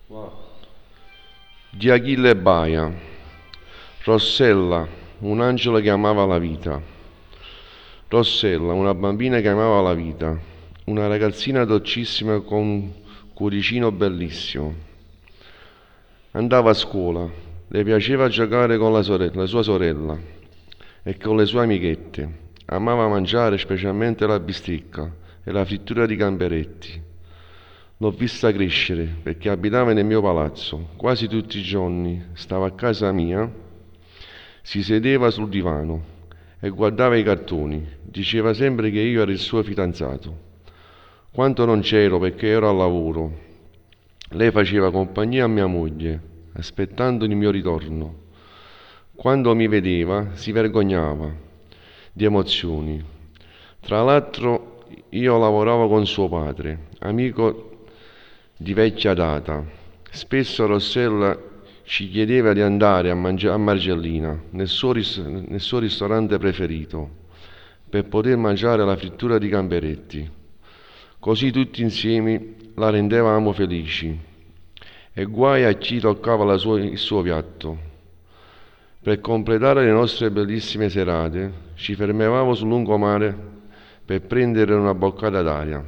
Wow. Di Achille Baia. Rossella, un angelo che amava la vita. Rossella, una bambina che amava la vita, una ragazzina dolcissima con un cuoricino bellissimo. Andava a scuola, le piaceva giocare con la sua sorella e con le sue amichette. Amava mangiare specialmente la bistecca e la frittura di gamberetti. L'ho vista crescere perché abitava nel mio palazzo. Quasi tutti i giorni stava a casa mia, si sedeva sul divano e guardava i cartoni. Diceva sempre che io ero il suo fidanzato. Quando non c'ero perché ero al lavoro, lei faceva compagnia a mia moglie, aspettando il mio ritorno. Quando mi vedeva si vergognava di emozioni. Tra l'altro io lavoravo con suo padre, amico di vecchia data. Spesso Rossella ci chiedeva di andare a mangiare a Margellina, nel suo ristorante preferito, per poter mangiare la frittura di gamberetti. Così tutti insieme la rendevamo felici e guai a chi toccava il suo piatto. Per completare le nostre bellissime serate ci fermavamo sul lungomare per prendere una boccata d'aria.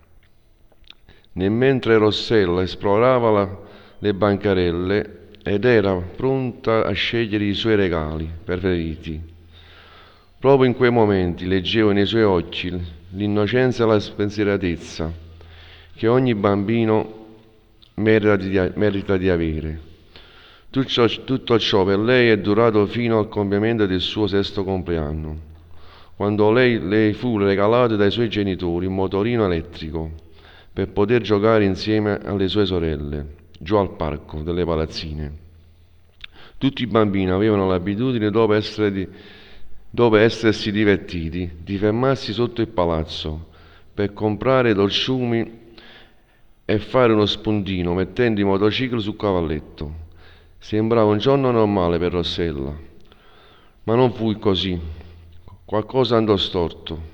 Mentre Rossella esplorava le bancarelle ed era pronta a scegliere i suoi regali preferiti. Proprio in quei momenti leggevo nei suoi occhi l'innocenza e la spensieratezza che ogni bambino merita di avere. Tutto ciò per lei è durato fino al compimento del suo sesto compleanno, quando le fu regalato dai suoi genitori un motorino elettrico per poter giocare insieme alle sue sorelle giù al parco delle palazzine. Tutti i bambini avevano l'abitudine, dopo essersi divertiti, di fermarsi sotto il palazzo per comprare dolciumi e fare uno spuntino mettendo il motociclo sul cavalletto. Sembrava un giorno normale per Rossella, ma non fu così. Qualcosa andò storto.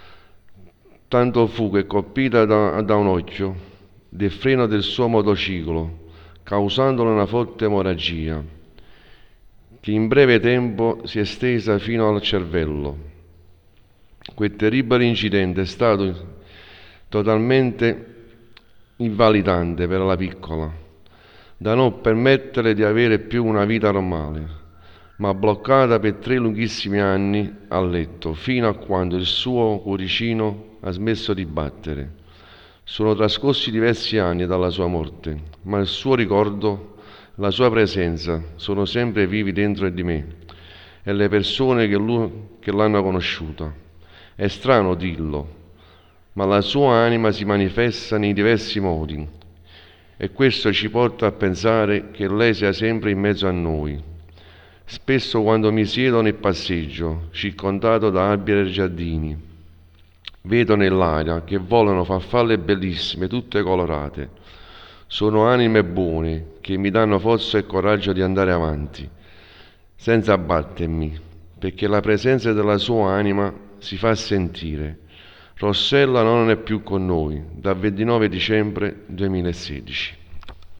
Tanto fu che colpita da un occhio del freno del suo motociclo, causandole una forte emorragia, che in breve tempo si è estesa fino al cervello. Quel terribile incidente è stato totalmente invalidante per la piccola, da non permettere di avere più una vita normale, ma bloccata per 3 lunghissimi anni a letto, fino a quando il suo cuoricino ha smesso di battere. Sono trascorsi diversi anni dalla sua morte, ma il suo ricordo, la sua presenza sono sempre vivi dentro di me e le persone che l'hanno conosciuta. È strano dirlo, ma la sua anima si manifesta in diversi modi e questo ci porta a pensare che lei sia sempre in mezzo a noi. Spesso quando mi siedo nel passeggio, circondato da alberi e giardini, vedo nell'aria che volano farfalle bellissime, tutte colorate. Sono anime buone che mi danno forza e coraggio di andare avanti, senza abbattermi, perché la presenza della sua anima si fa sentire. Rossella non è più con noi dal 29 dicembre 2016.